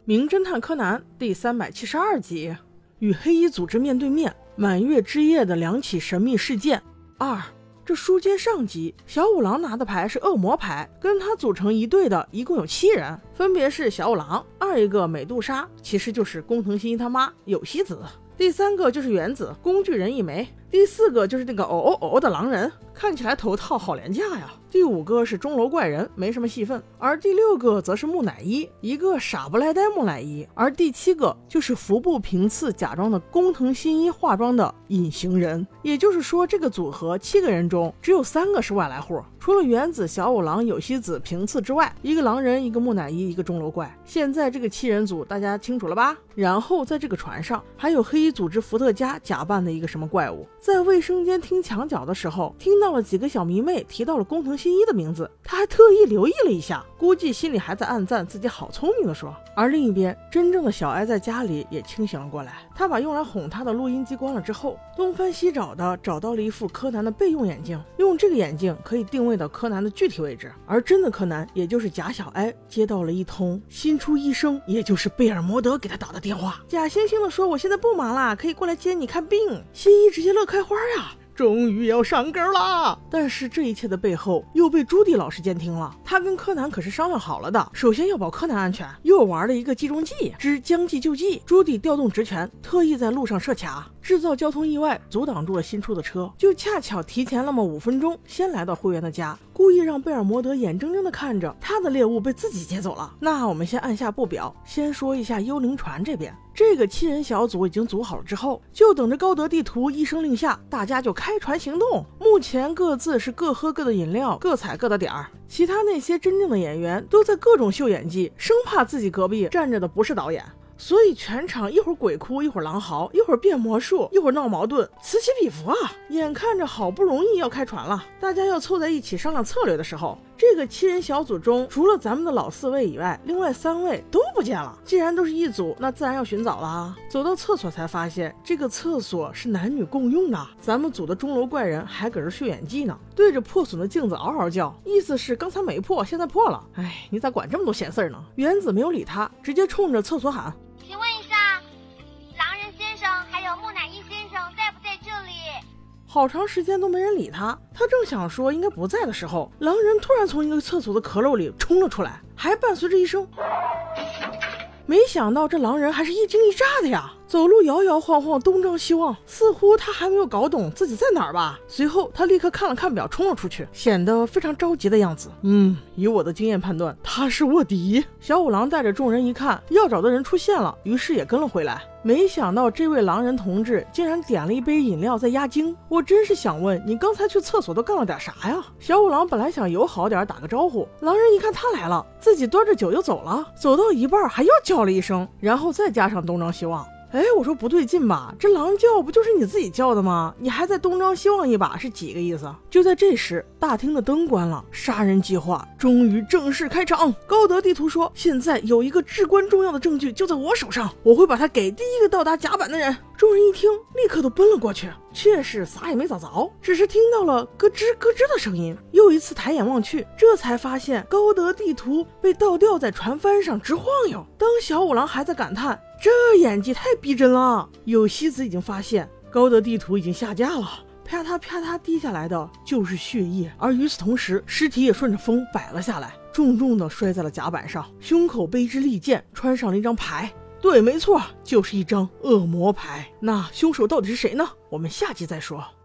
名侦探柯南第372集，与黑衣组织面对面，满月之夜的两起神秘事件。2. 这书接上集，小五郎拿的牌是恶魔牌，跟他组成一队的一共有7人，分别是小五郎，一个美杜莎，其实就是工藤新一他妈有希子，第3个就是原子，工具人一枚，第4个就是那个的狼人，看起来头套好廉价呀。第5个是钟楼怪人，没什么戏份，而第6个则是木乃伊，一个傻不赖呆木乃伊，而第7个就是服部平次假装的工藤新一化妆的隐形人。也就是说，这个组合7个人中只有3个是外来户，除了原子、小五郎、有希子、平次之外，一个狼人，一个木乃伊，一个钟楼怪。现在这个7人组大家清楚了吧？然后在这个船上还有黑衣组织伏特加假扮的一个什么怪物。在卫生间听墙角的时候，听到了几个小迷妹提到了工藤新一的名字，他还特意留意了一下，估计心里还在暗赞自己好聪明的说。而另一边，真正的小哀在家里也清醒了过来，他把用来哄他的录音机关了之后，东翻西找的找到了一副柯南的备用眼镜，用这个眼镜可以定位到柯南的具体位置。而真的柯南，也就是假小哀，接到了一通新出医生，也就是贝尔摩德给他打的电话，假惺惺的说我现在不忙啦，可以过来接你看病。新一直接乐开花呀，终于要上根啦！但是这一切的背后又被朱棣老师监听了，他跟柯南可是商量好了的，首先要保柯南安全，又玩了一个计中计之将计就计。朱棣调动职权，特意在路上设卡，制造交通意外，阻挡住了新出的车，就恰巧提前那么5分钟先来到会员的家，故意让贝尔摩德眼睁睁地看着他的猎物被自己接走了。那我们先按下不表，先说一下幽灵船这边，这个7人小组已经组好了之后，就等着高德地图一声令下，大家就开船行动。目前各自是各喝各的饮料，各踩各的点儿，其他那些真正的演员都在各种秀演技，生怕自己隔壁站着的不是导演，所以全场一会儿鬼哭，一会儿狼嚎，一会儿变魔术，一会儿闹矛盾，此起彼伏啊！眼看着好不容易要开船了，大家要凑在一起商量策略的时候，这个7人小组中除了咱们的老4位以外，另外3位都不见了。既然都是一组，那自然要寻找了。走到厕所才发现，这个厕所是男女共用的，咱们组的钟楼怪人还搁这秀演技呢，对着破损的镜子嗷嗷叫，意思是刚才没破，现在破了。哎，你咋管这么多闲事儿呢？原子没有理他，直接冲着厕所喊， 请问一下，狼人先生还有木乃伊先生在不在这里？ 好长时间都没人理他，他正想说应该不在的时候，狼人突然从一个厕所的壳漏里冲了出来，还伴随着一声，没想到这狼人还是一惊一乍的呀，走路摇摇晃晃，东张西望，似乎他还没有搞懂自己在哪儿吧。随后他立刻看了看表，冲了出去，显得非常着急的样子。以我的经验判断，他是卧底。小五郎带着众人一看要找的人出现了，于是也跟了回来。没想到这位狼人同志竟然点了一杯饮料在压惊，我真是想问你刚才去厕所都干了点啥呀？小五郎本来想友好点打个招呼，狼人一看他来了，自己端着酒就走了，走到一半还又叫了一声，然后再加上东张西望。哎，我说不对劲吧，这狼叫不就是你自己叫的吗？你还在东张西望一把，是几个意思？就在这时，大厅的灯关了，杀人计划终于正式开场。高德地图说，现在有一个至关重要的证据就在我手上，我会把它给第一个到达甲板的人。众人一听，立刻都奔了过去，却是啥也没找着，只是听到了咯吱咯吱的声音。又一次抬眼望去，这才发现高德地图被倒吊在船帆上直晃悠。当小五郎还在感叹这演技太逼真了，有希子已经发现高德地图已经下架了，啪嗒啪嗒滴下来的就是血液，而与此同时，尸体也顺着风摆了下来，重重地摔在了甲板上，胸口背支利剑，穿上了一张牌。对，没错，就是一张恶魔牌。那凶手到底是谁呢？我们下集再说。